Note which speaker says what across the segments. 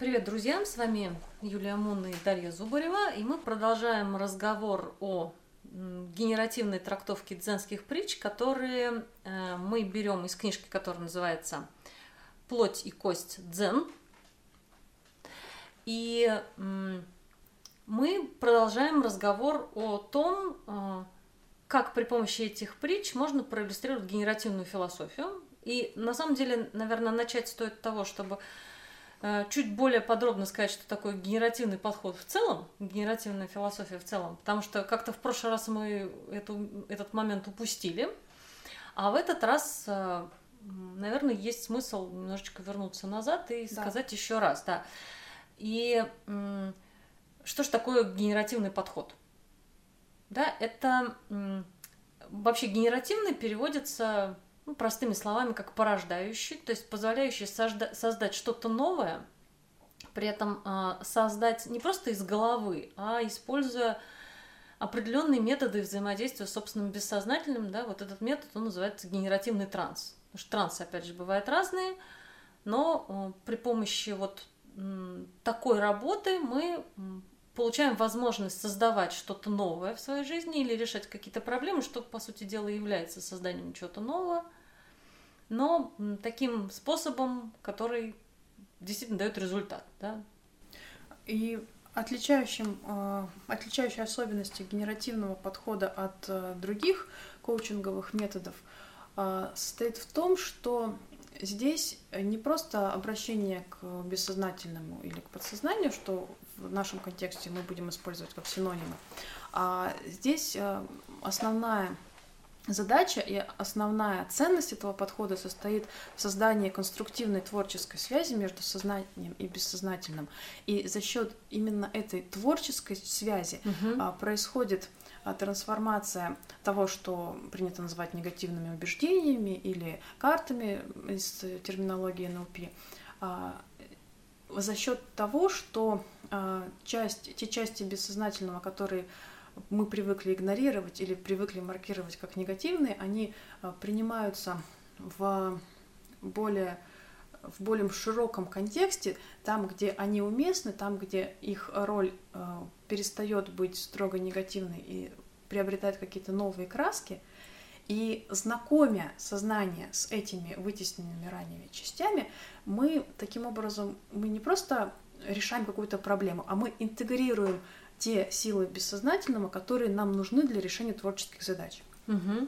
Speaker 1: Привет, друзья! С вами Юлия Мунна и Дарья Зубарева, и мы продолжаем разговор о генеративной трактовке дзенских притч, которые мы берем из книжки, которая называется «Плоть и кость дзен». И мы продолжаем разговор о том, как при помощи этих притч можно проиллюстрировать генеративную философию. И на самом деле, наверное, начать стоит с того, чтобы чуть более подробно сказать, что такое генеративный подход в целом, генеративная философия в целом, потому что как-то в прошлый раз мы этот момент упустили, а в этот раз, наверное, есть смысл немножечко вернуться назад и сказать еще раз. Да. И что же такое генеративный подход? Да, это вообще генеративный переводится простыми словами, как порождающий, то есть позволяющий создать что-то новое, при этом создать не просто из головы, а используя определенные методы взаимодействия с собственным бессознательным. Да, вот этот метод, он называется генеративный транс. Потому что трансы, опять же, бывают разные, но при помощи вот такой работы мы получаем возможность создавать что-то новое в своей жизни или решать какие-то проблемы, что, по сути дела, является созданием чего-то нового, но таким способом, который действительно дает результат. Да?
Speaker 2: И отличающей особенностью генеративного подхода от других коучинговых методов состоит в том, что здесь не просто обращение к бессознательному или к подсознанию, что в нашем контексте мы будем использовать как синонимы, а здесь основная задача и основная ценность этого подхода состоит в создании конструктивной творческой связи между сознанием и бессознательным. И за счет именно этой творческой связи происходит трансформация того, что принято называть негативными убеждениями или картами из терминологии НЛП, за счет того, что те части бессознательного, которые мы привыкли игнорировать или привыкли маркировать как негативные, они принимаются в более широком контексте, там, где они уместны, там, где их роль перестает быть строго негативной и приобретает какие-то новые краски. И знакомя сознание с этими вытесненными ранее частями, мы таким образом не просто решаем какую-то проблему, а мы интегрируем те силы бессознательного, которые нам нужны для решения творческих задач.
Speaker 1: Угу.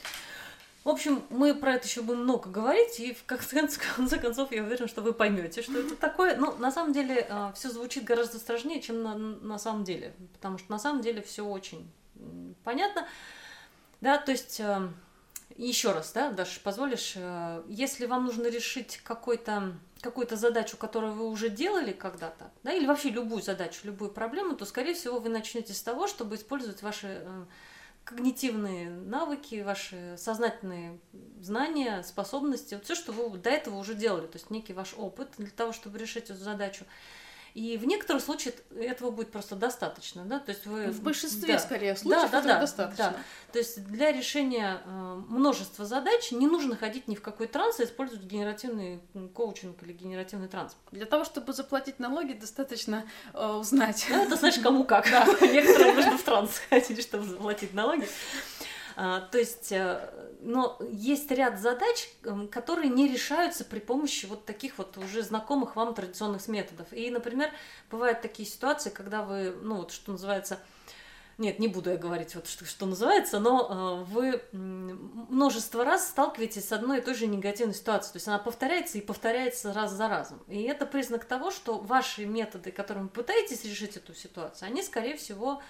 Speaker 1: В общем, мы про это еще будем много говорить, и в конце концов я уверена, что вы поймете, что это такое. Но на самом деле все звучит гораздо сложнее, чем на самом деле, потому что на самом деле все очень понятно. Да, то есть еще раз, да, Даша, позволишь, если вам нужно решить какую-то задачу, которую вы уже делали когда-то, да, или вообще любую задачу, любую проблему, то, скорее всего, вы начнете с того, чтобы использовать ваши когнитивные навыки, ваши сознательные знания, способности, вот все, что вы до этого уже делали, то есть некий ваш опыт для того, чтобы решить эту задачу. И в некоторых случаях этого будет просто достаточно, да, то есть вы...
Speaker 2: В большинстве, скорее, случаев этого достаточно.
Speaker 1: Да. То есть для решения множества задач не нужно ходить ни в какой транс, а использовать генеративный коучинг или генеративный транс.
Speaker 2: Для того, чтобы заплатить налоги, достаточно узнать.
Speaker 1: Да, это знаешь, кому как. Да. Некоторым нужно в транс ходить, чтобы заплатить налоги. То есть, но есть ряд задач, которые не решаются при помощи вот таких вот уже знакомых вам традиционных методов. И, например, бывают такие ситуации, когда вы, вот что называется, нет, не буду я говорить, вот что называется, но вы множество раз сталкиваетесь с одной и той же негативной ситуацией. То есть она повторяется и повторяется раз за разом. И это признак того, что ваши методы, которыми вы пытаетесь решить эту ситуацию, они, скорее всего,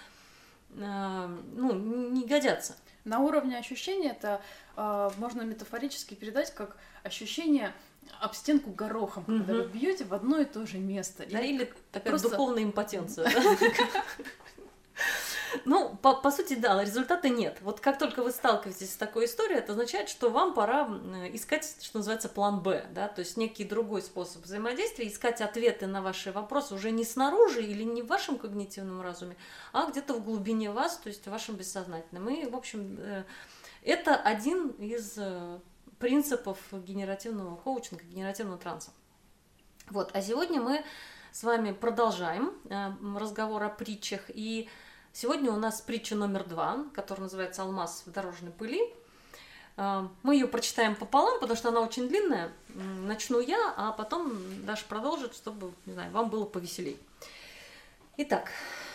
Speaker 1: не годятся.
Speaker 2: На уровне ощущения это можно метафорически передать как ощущение об стенку горохом, когда вы бьете в одно и то же место.
Speaker 1: Да, или такая просто духовная импотенция. Ну, по сути, да, результата нет. Вот как только вы сталкиваетесь с такой историей, это означает, что вам пора искать, что называется, план Б, да, то есть некий другой способ взаимодействия, искать ответы на ваши вопросы уже не снаружи или не в вашем когнитивном разуме, а где-то в глубине вас, то есть в вашем бессознательном. И, в общем, это один из принципов генеративного коучинга, генеративного транса. Вот, а сегодня мы с вами продолжаем разговор о притчах. И сегодня у нас притча номер 2, которая называется «Алмаз в дорожной пыли». Мы ее прочитаем пополам, потому что она очень длинная. Начну я, а потом Даша продолжит, чтобы, не знаю, вам было повеселей. Итак,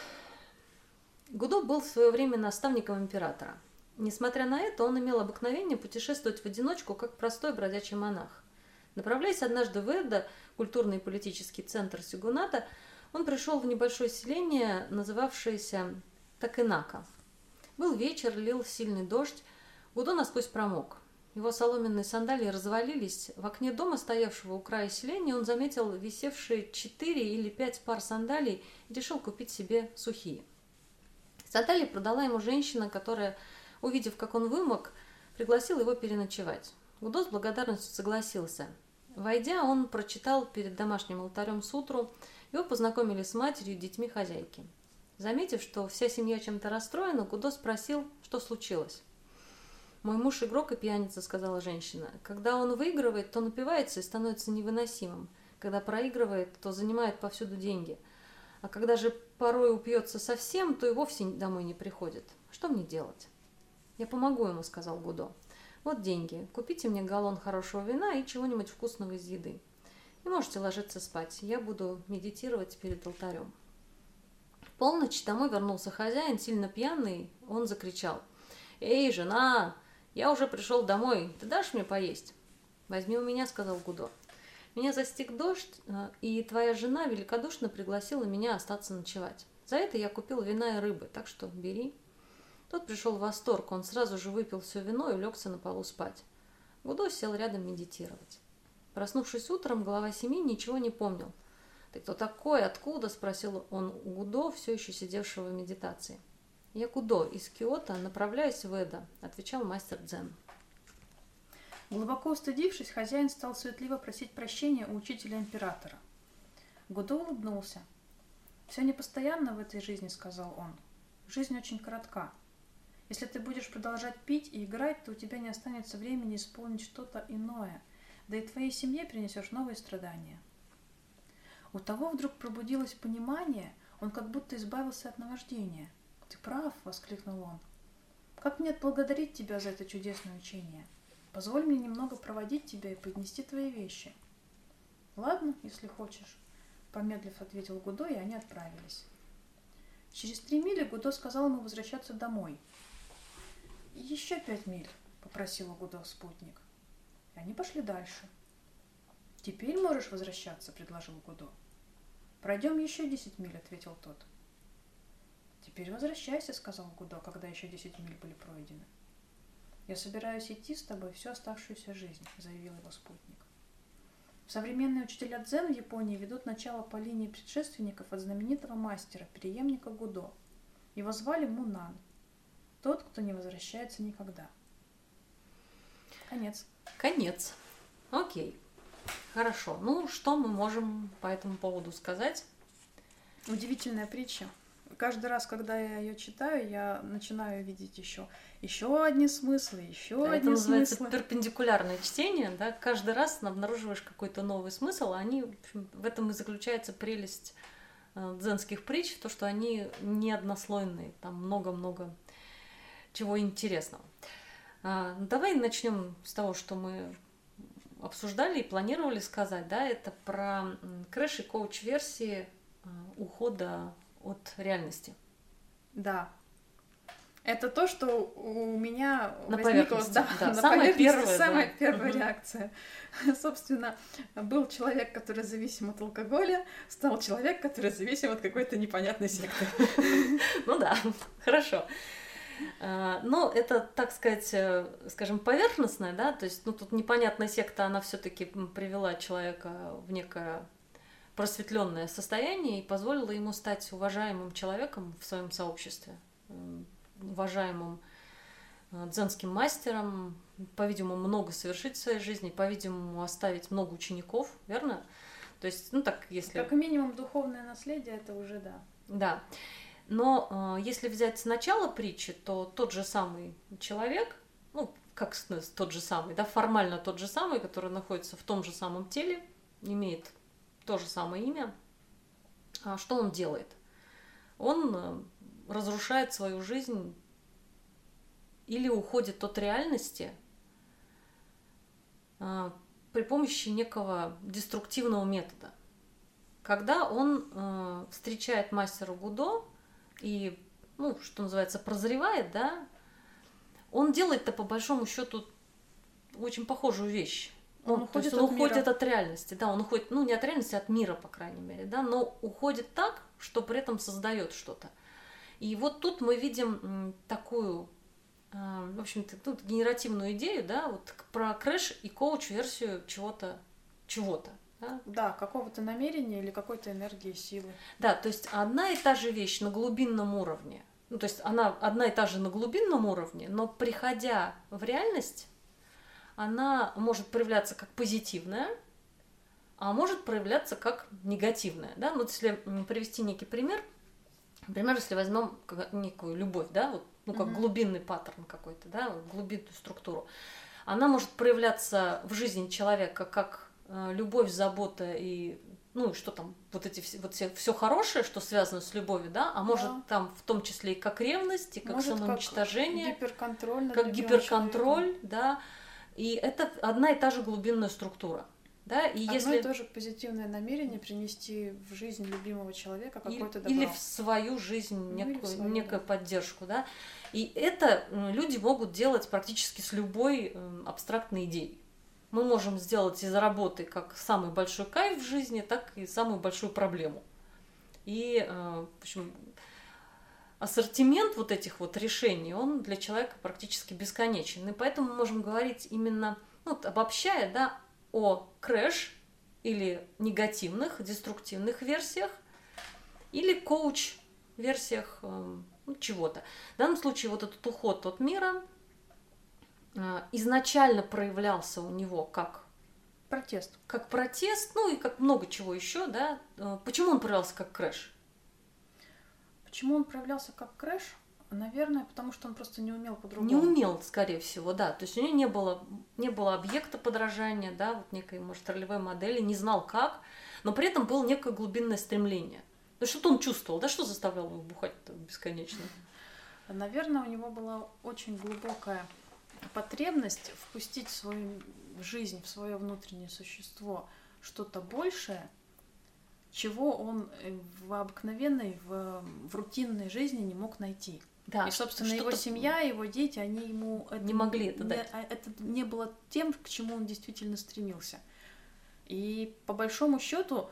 Speaker 1: Гудо был в свое время наставником императора. Несмотря на это, он имел обыкновение путешествовать в одиночку, как простой бродячий монах. Направляясь однажды в Эдо, культурный и политический центр Сёгуната, он пришел в небольшое селение, называвшееся Такенака. Был вечер, лил сильный дождь, Гудо насквозь промок. Его соломенные сандалии развалились. В окне дома, стоявшего у края селения, он заметил висевшие 4 или 5 пар сандалий и решил купить себе сухие. Сандалии продала ему женщина, которая, увидев, как он вымок, пригласила его переночевать. Гудо с благодарностью согласился. Войдя, он прочитал перед домашним алтарем сутру, его познакомили с матерью и детьми хозяйки. Заметив, что вся семья чем-то расстроена, Гудо спросил, что случилось. «Мой муж игрок и пьяница», — сказала женщина. «Когда он выигрывает, то напивается и становится невыносимым. Когда проигрывает, то занимает повсюду деньги. А когда же порой упьется совсем, то и вовсе домой не приходит. Что мне делать?» «Я помогу ему», — сказал Гудо. «Вот деньги. Купите мне галлон хорошего вина и чего-нибудь вкусного из еды. И можете ложиться спать. Я буду медитировать перед алтарем». В полночь домой вернулся хозяин, сильно пьяный. Он закричал: «Эй, жена! Я уже пришел домой. Ты дашь мне поесть?» «Возьми у меня», — сказал Гудо. «Меня застиг дождь, и твоя жена великодушно пригласила меня остаться ночевать. За это я купил вина и рыбы, так что бери». Тот пришел в восторг, он сразу же выпил все вино и улегся на полу спать. Гудо сел рядом медитировать. Проснувшись утром, глава семьи ничего не помнил. «Ты кто такой? Откуда?» – спросил он у Гудо, все еще сидевшего в медитации. «Я Гудо из Киото, направляюсь в Эдо», – отвечал мастер дзен.
Speaker 2: Глубоко устыдившись, хозяин стал суетливо просить прощения у учителя императора. Гудо улыбнулся. «Все непостоянно в этой жизни», — сказал он. «Жизнь очень коротка. Если ты будешь продолжать пить и играть, то у тебя не останется времени исполнить что-то иное, да и твоей семье принесешь новые страдания». У того вдруг пробудилось понимание, он как будто избавился от наваждения. «Ты прав», — воскликнул он. «Как мне отблагодарить тебя за это чудесное учение? Позволь мне немного проводить тебя и поднести твои вещи». «Ладно, если хочешь», — помедлив ответил Гудо, и они отправились. Через 3 мили Гудо сказал ему возвращаться домой. «Еще 5 миль», — попросил Гудо спутник. И они пошли дальше. «Теперь можешь возвращаться», — предложил Гудо. «Пройдем еще 10 миль», — ответил тот. «Теперь возвращайся», — сказал Гудо, когда еще 10 миль были пройдены. «Я собираюсь идти с тобой всю оставшуюся жизнь», — заявил его спутник. Современные учителя дзен в Японии ведут начало по линии предшественников от знаменитого мастера, преемника Гудо. Его звали Мунан. Тот, кто не возвращается никогда. Конец.
Speaker 1: Конец. Окей. Хорошо. Ну, что мы можем по этому поводу сказать?
Speaker 2: Удивительная притча. Каждый раз, когда я ее читаю, я начинаю видеть еще одни смыслы, еще одни
Speaker 1: Это называется
Speaker 2: смыслы.
Speaker 1: перпендикулярное чтение, да? Каждый раз обнаруживаешь какой-то новый смысл, а они, в общем, в этом и заключается прелесть дзенских притч, то, что они не однослойные, там много-много чего интересного. Давай начнем с того, что мы обсуждали и планировали сказать, да, это про крэш и коуч-версии ухода от реальности.
Speaker 2: Да. Это то, что у меня
Speaker 1: на
Speaker 2: возникло,
Speaker 1: да,
Speaker 2: на
Speaker 1: самая первая,
Speaker 2: самая первая реакция. Собственно, был человек, который зависим от алкоголя, стал человек, который зависим от какой-то непонятной секты.
Speaker 1: Ну да, хорошо. Но это, так сказать, скажем, поверхностное, да, то есть, ну, тут непонятная секта, она все-таки привела человека в некое просветленное состояние и позволила ему стать уважаемым человеком в своем сообществе, уважаемым дзенским мастером, по-видимому, много совершить в своей жизни, по-видимому, оставить много учеников, верно? То есть, ну так, если...
Speaker 2: Как минимум, духовное наследие, это уже да.
Speaker 1: Да. Но если взять с начала притчи, то тот же самый человек, ну, как тот же самый, да, формально тот же самый, который находится в том же самом теле, имеет то же самое имя, что он делает? Он разрушает свою жизнь или уходит от реальности при помощи некого деструктивного метода. Когда он встречает мастера Гудо и, ну, что называется, прозревает, да, он делает-то по большому счету очень похожую вещь. Он уходит от реальности, да, он уходит, ну, не от реальности, а от мира, по крайней мере, да, но уходит так, что при этом создает что-то. И вот тут мы видим такую, в общем-то, тут генеративную идею, да, вот про крэш и коуч-версию чего-то. Да?
Speaker 2: Да, какого-то намерения или какой-то энергии, силы.
Speaker 1: Да, то есть одна и та же вещь на глубинном уровне. Ну, то есть она одна и та же на глубинном уровне, но приходя в реальность, она может проявляться как позитивная, а может проявляться как негативная. Да? Ну, вот если привести некий пример, например, если возьмем некую любовь, да, вот, ну, как глубинный паттерн какой-то, да, глубинную структуру, она может проявляться в жизни человека как любовь, забота и, ну, и что там, вот эти все хорошее, что связано с любовью, да, а может там в том числе и как ревность, и как может, самоуничтожение, как гиперконтроль, да, и это одна и та же глубинная структура. Да, и
Speaker 2: одно и то же позитивное намерение принести в жизнь любимого человека какое-то добро.
Speaker 1: Или в свою жизнь некую поддержку. Да? И это люди могут делать практически с любой абстрактной идеей. Мы можем сделать из работы как самый большой кайф в жизни, так и самую большую проблему. И, в общем, ассортимент вот этих вот решений, он для человека практически бесконечен. И поэтому мы можем говорить именно, ну, обобщая, да, о крэш или негативных, деструктивных версиях, или коуч-версиях чего-то. В данном случае вот этот уход от мира изначально проявлялся у него как
Speaker 2: протест.
Speaker 1: Как протест, ну и как много чего еще, да. Почему он проявлялся как крэш?
Speaker 2: Почему он проявлялся как крэш? Наверное, потому что он просто не умел по-другому.
Speaker 1: Не умел, скорее всего, да. То есть у него не было объекта подражания, да, вот некой, может, ролевой модели, не знал как, но при этом было некое глубинное стремление. Ну что-то он чувствовал, да, что заставляло его бухать бесконечно?
Speaker 2: Наверное, у него была очень глубокая потребность впустить в свою жизнь, в свое внутреннее существо что-то большее, чего он в обыкновенной, в рутинной жизни не мог найти.
Speaker 1: Да,
Speaker 2: и, собственно, его семья, его дети, они ему
Speaker 1: не могли это дать.
Speaker 2: Это не было тем, к чему он действительно стремился. И по большому счету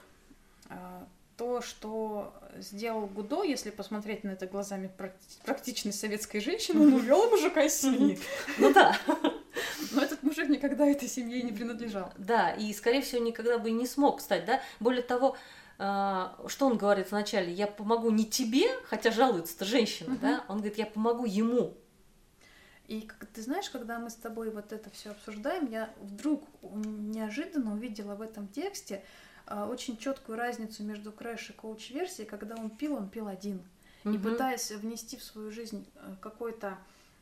Speaker 2: то, что сделал Гудо, если посмотреть на это глазами практичной советской женщины, он увел мужика из семьи.
Speaker 1: Ну да.
Speaker 2: Но этот мужик никогда этой семье не принадлежал.
Speaker 1: Да, и, скорее всего, никогда бы и не смог стать, да. Более того, что он говорит вначале? Я помогу не тебе, хотя жалуется-то женщина, да? Он говорит, я помогу ему.
Speaker 2: И ты знаешь, когда мы с тобой вот это все обсуждаем, я вдруг неожиданно увидела в этом тексте очень четкую разницу между крэш и коуч-версией. Когда он пил один. И пытаясь внести в свою жизнь какое-то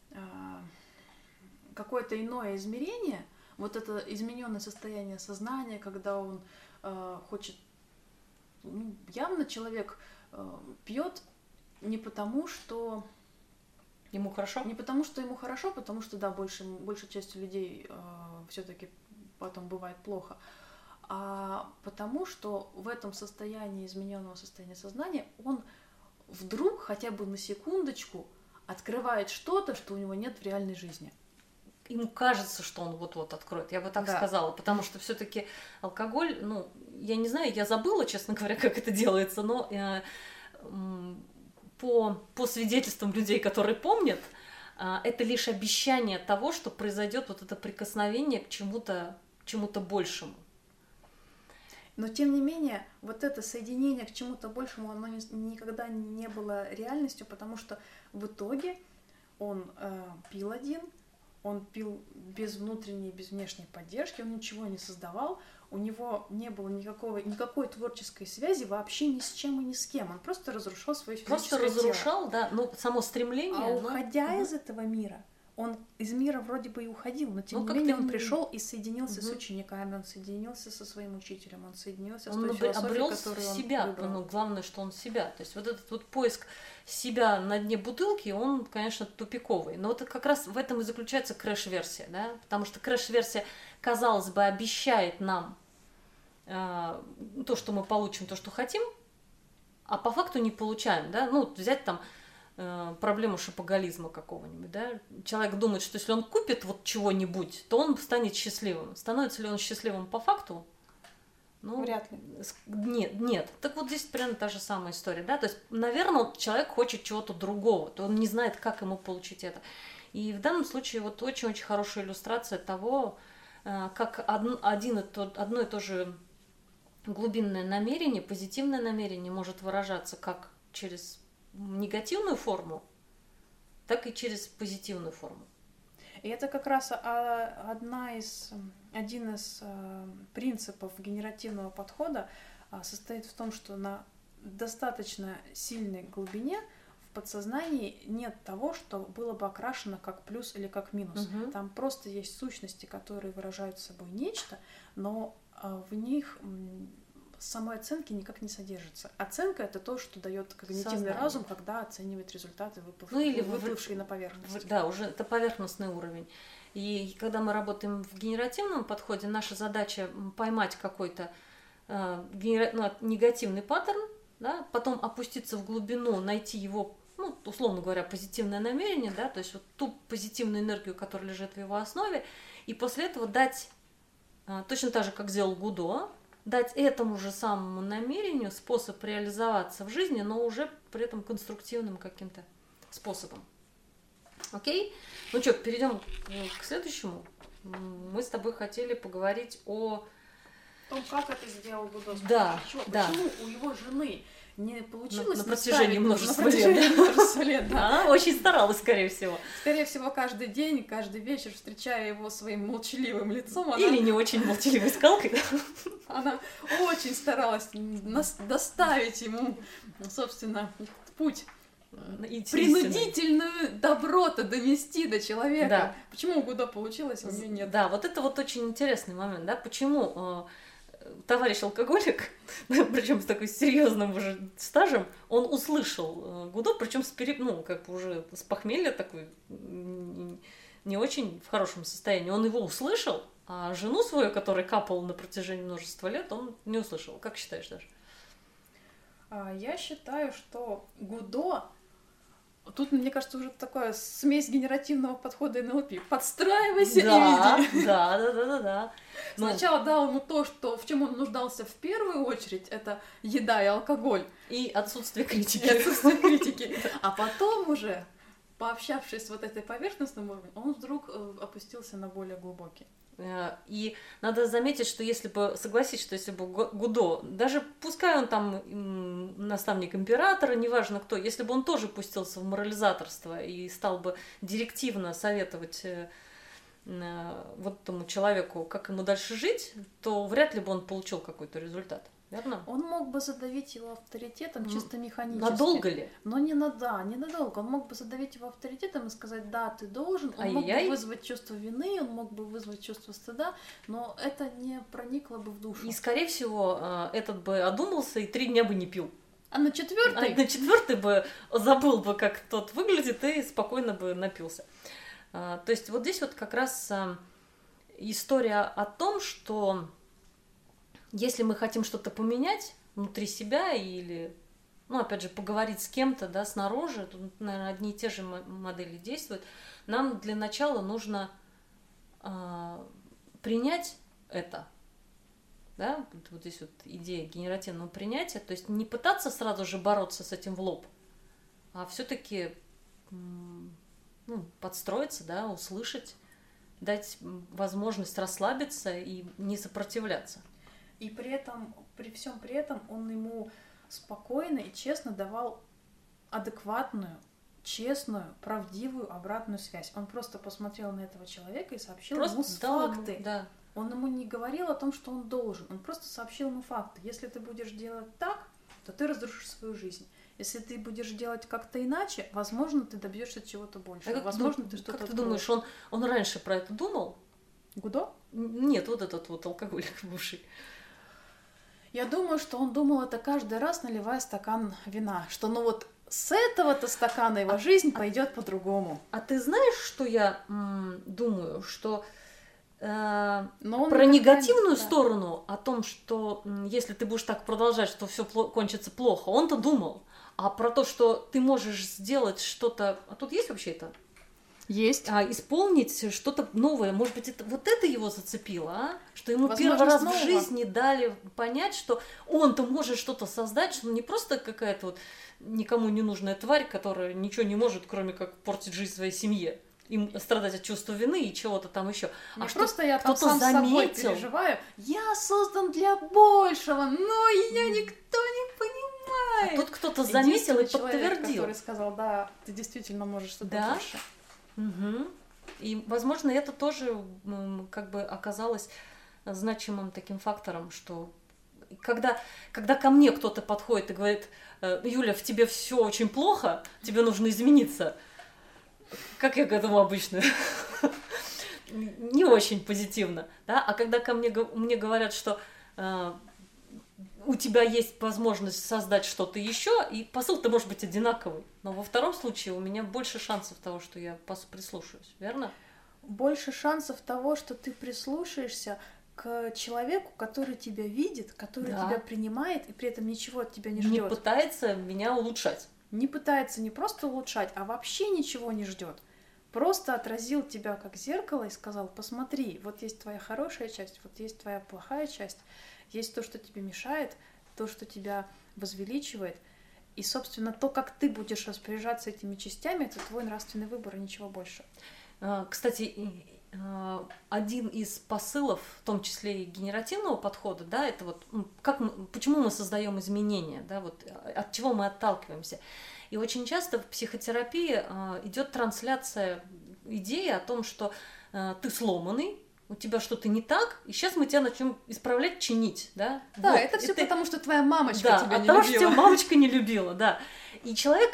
Speaker 2: иное измерение, вот это измененное состояние сознания, когда он хочет. Ну, явно человек пьет не потому, что
Speaker 1: ему хорошо.
Speaker 2: Не потому, что ему хорошо, потому что, да, большей частью людей все-таки потом бывает плохо, а потому что в этом состоянии, измененного состояния сознания, он вдруг, хотя бы на секундочку, открывает что-то, что у него нет в реальной жизни.
Speaker 1: Ему кажется, что он вот-вот откроет, я бы так сказала, потому что все-таки алкоголь, ну, я не знаю, я забыла, честно говоря, как это делается, но по свидетельствам людей, которые помнят, это лишь обещание того, что произойдет вот это прикосновение к чему-то большему.
Speaker 2: Но, тем не менее, вот это соединение к чему-то большему, оно никогда не было реальностью, потому что в итоге он пил один, он пил без внутренней, без внешней поддержки, он ничего не создавал, у него не было никакой творческой связи вообще ни с чем и ни с кем, он просто разрушал свое физическое тело.
Speaker 1: Да, ну, само стремление.
Speaker 2: Уходя из этого мира, он из мира вроде бы и уходил, но тем не менее он пришел и соединился с учениками, он соединился со своим учителем, он соединился с той философией, которую он
Speaker 1: себя,
Speaker 2: выбрал.
Speaker 1: Ну, главное, что он себя. То есть вот этот вот поиск себя на дне бутылки, он, конечно, тупиковый. Но вот как раз в этом и заключается крэш-версия, да? Потому что крэш-версия, казалось бы, обещает нам то, что мы получим, то, что хотим, а по факту не получаем, да? Ну, взять там проблему шопоголизма какого-нибудь, да? Человек думает, что если он купит вот чего-нибудь, то он станет счастливым. Становится ли он счастливым по факту? Ну,
Speaker 2: вряд ли.
Speaker 1: Нет. Так вот здесь примерно та же самая история, да? То есть, наверное, человек хочет чего-то другого, то он не знает, как ему получить это. И в данном случае вот очень-очень хорошая иллюстрация того, как одно и то же глубинное намерение, позитивное намерение может выражаться как через негативную форму, так и через позитивную форму.
Speaker 2: И это как раз один из принципов генеративного подхода состоит в том, что на достаточно сильной глубине в подсознании нет того, что было бы окрашено как плюс или как минус.
Speaker 1: Угу.
Speaker 2: Там просто есть сущности, которые выражают собой нечто, но в них самой оценки никак не содержится. Оценка — это то, что дает когнитивный разум, когда оценивает результаты, выплывшие на поверхность.
Speaker 1: Да, уже это поверхностный уровень. И когда мы работаем в генеративном подходе, наша задача поймать какой-то негативный паттерн, да, потом опуститься в глубину, найти его, ну, условно говоря, позитивное намерение, да, то есть вот ту позитивную энергию, которая лежит в его основе, и после этого дать, точно так же, как сделал Гудо, дать этому же самому намерению способ реализоваться в жизни, но уже при этом конструктивным каким-то способом. Окей? Ну что, перейдем к следующему. Мы с тобой хотели поговорить о
Speaker 2: том, как это сделал Гудо.
Speaker 1: Да,
Speaker 2: Почему у его жены не получилось
Speaker 1: на протяжении множества
Speaker 2: лет. Да.
Speaker 1: Она очень старалась, скорее всего.
Speaker 2: Скорее всего, каждый день, каждый вечер, встречая его своим молчаливым лицом,
Speaker 1: или не очень молчаливой скалкой,
Speaker 2: она очень старалась доставить ему, собственно, путь. Принудительную доброту довести до человека.
Speaker 1: Да.
Speaker 2: Почему у Гудо получилось, а у нее нет?
Speaker 1: Да, вот это вот очень интересный момент, да, почему товарищ алкоголик, причем с такой серьезным уже стажем, он услышал Гудо, причем как бы уже с похмелья такой, не очень в хорошем состоянии. Он его услышал, а жену свою, которая капала на протяжении множества лет, он не услышал. Как считаешь, Даша?
Speaker 2: Я считаю, что Гудо... Тут, мне кажется, уже такая смесь генеративного подхода и НЛП. Подстраивайся и веди.
Speaker 1: Да.
Speaker 2: Сначала дал ему то, в чем он нуждался в первую очередь, это еда и алкоголь.
Speaker 1: И отсутствие критики.
Speaker 2: А потом уже, пообщавшись с вот этой поверхностным уровнем, он вдруг опустился на более глубокий.
Speaker 1: И надо заметить, что если бы Гудо, даже пускай он там наставник императора, неважно кто, если бы он тоже пустился в морализаторство и стал бы директивно советовать вот этому человеку, как ему дальше жить, то вряд ли бы он получил какой-то результат. Верно?
Speaker 2: Он мог бы задавить его авторитетом чисто механически.
Speaker 1: Надолго ли?
Speaker 2: Но не надолго. Он мог бы задавить его авторитетом и сказать: да, ты должен. Он мог бы вызвать чувство вины, он мог бы вызвать чувство стыда, но это не проникло бы в душу.
Speaker 1: И, скорее всего, этот бы одумался и 3 дня бы не пил.
Speaker 2: А на четвертый
Speaker 1: бы забыл бы, как тот выглядит, и спокойно бы напился. То есть вот здесь вот как раз история о том, что если мы хотим что-то поменять внутри себя или, опять же, поговорить с кем-то, да, снаружи, тут, наверное, одни и те же модели действуют, нам для начала нужно принять это. Да? Вот здесь вот идея генеративного принятия, то есть не пытаться сразу же бороться с этим в лоб, а все-таки подстроиться, да, услышать, дать возможность расслабиться и не сопротивляться.
Speaker 2: И при всем при этом он ему спокойно и честно давал адекватную, честную, правдивую обратную связь. Он просто посмотрел на этого человека и сообщил ему факты.
Speaker 1: Да.
Speaker 2: Он ему не говорил о том, что он должен. Он просто сообщил ему факты. Если ты будешь делать так, то ты разрушишь свою жизнь. Если ты будешь делать как-то иначе, возможно, ты добьешься чего-то большего. Возможно, ты что-то
Speaker 1: Как ты
Speaker 2: откроешь.
Speaker 1: думаешь, он раньше про это думал?
Speaker 2: Гудо?
Speaker 1: Нет, вот этот вот алкоголик бывший.
Speaker 2: Я думаю, что он думал это каждый раз, наливая стакан вина. Что ну вот с этого-то стакана его жизнь пойдет по-другому.
Speaker 1: А ты знаешь, что я думаю? Что
Speaker 2: Но он
Speaker 1: про
Speaker 2: никогда
Speaker 1: негативную
Speaker 2: да.
Speaker 1: сторону, о том, что если ты будешь так продолжать, что все кончится плохо, он-то думал. А про то, что ты можешь сделать что-то... А тут есть вообще это?
Speaker 2: Есть.
Speaker 1: Исполнить что-то новое. Может быть, вот это его зацепило, а? Что ему
Speaker 2: Возможность
Speaker 1: первый раз
Speaker 2: нового.
Speaker 1: в жизни дали понять, что он-то может что-то создать, что он не просто какая-то вот никому не нужная тварь, которая ничего не может, кроме как портить жизнь своей семье. Им страдать от чувства вины и чего-то там еще.
Speaker 2: Не
Speaker 1: что
Speaker 2: просто я там
Speaker 1: кто-то
Speaker 2: сам с собой
Speaker 1: заметил.
Speaker 2: переживаю. Я создан для большего, но я никто не понимает.
Speaker 1: А тут кто-то заметил и
Speaker 2: человек,
Speaker 1: подтвердил.
Speaker 2: который сказал, да, ты действительно можешь что-то
Speaker 1: Да?
Speaker 2: больше.
Speaker 1: Угу. И, возможно, это тоже как бы оказалось значимым таким фактором, что когда ко мне кто-то подходит и говорит: Юля, в тебе все очень плохо, тебе нужно измениться. Как я к этому обычно? Не очень позитивно. Да? А когда мне говорят, что у тебя есть возможность создать что-то еще, и посыл-то может быть одинаковый. Но во втором случае у меня больше шансов того, что я прислушаюсь, верно?
Speaker 2: Больше шансов того, что ты прислушаешься к человеку, который тебя видит, который
Speaker 1: Да.
Speaker 2: тебя принимает и при этом ничего от тебя не
Speaker 1: Не
Speaker 2: ждет.
Speaker 1: пытается меня улучшать.
Speaker 2: Не пытается не просто улучшать, а вообще ничего не ждет. Просто отразил тебя как зеркало и сказал: посмотри, вот есть твоя хорошая часть, вот есть твоя плохая часть, есть то, что тебе мешает, то, что тебя возвеличивает. И, собственно, то, как ты будешь распоряжаться этими частями, это твой нравственный выбор, и ничего больше.
Speaker 1: Кстати, один из посылов, в том числе и генеративного подхода, да, это вот почему мы создаем изменения, да, вот от чего мы отталкиваемся. И очень часто в психотерапии идет трансляция идеи о том, что ты сломанный, у тебя что-то не так, и сейчас мы тебя начнем исправлять, чинить, да?
Speaker 2: Да,
Speaker 1: вот.
Speaker 2: это все потому, что твоя мамочка
Speaker 1: да,
Speaker 2: тебя не
Speaker 1: потому что
Speaker 2: любила.
Speaker 1: тебя мамочка не любила, да. И человек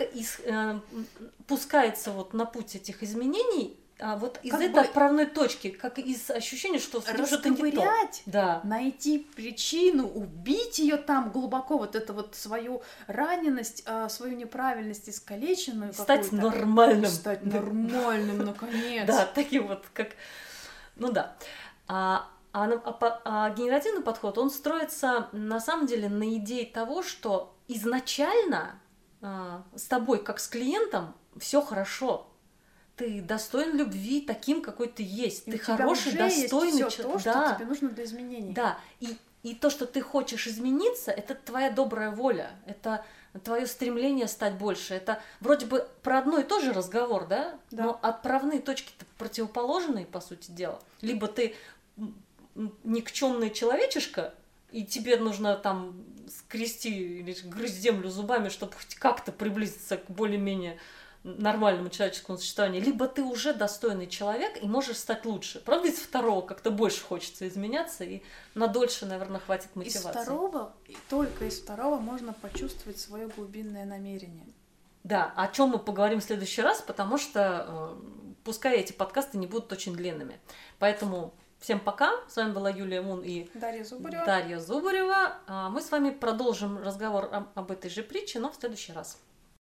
Speaker 1: пускается вот на путь этих изменений, вот из этой отправной точки, как из ощущения, что что-то не то. Да.
Speaker 2: Найти причину, убить ее там глубоко, вот эту вот свою раненость, свою неправильность, искалеченную.
Speaker 1: Стать нормальным.
Speaker 2: Стать нормальным, наконец.
Speaker 1: Да, таким вот, как... Ну да. А генеративный подход, он строится на самом деле на идее того, что изначально с тобой, как с клиентом, все хорошо. Ты достоин любви таким, какой ты есть.
Speaker 2: И
Speaker 1: ты хороший, достойный
Speaker 2: человек. То, что тебе нужно для изменений.
Speaker 1: Да. И то, что ты хочешь измениться, это твоя добрая воля. Это твое стремление стать больше. Это вроде бы про одно и то же разговор, да?
Speaker 2: Да.
Speaker 1: Но отправные точки-то противоположные, по сути дела. Либо ты никчемный человечишка, и тебе нужно там скрести или грызть землю зубами, чтобы хоть как-то приблизиться к более-менее нормальному человеческому существованию, либо ты уже достойный человек и можешь стать лучше. Правда, из второго как-то больше хочется изменяться, и на дольше, наверное, хватит мотивации.
Speaker 2: Из второго, и только из второго можно почувствовать свое глубинное намерение.
Speaker 1: Да, о чем мы поговорим в следующий раз, потому что пускай эти подкасты не будут очень длинными. Поэтому всем пока. С вами была Юлия Мун и
Speaker 2: Дарья Зубарева.
Speaker 1: Мы с вами продолжим разговор об этой же притче, но в следующий раз.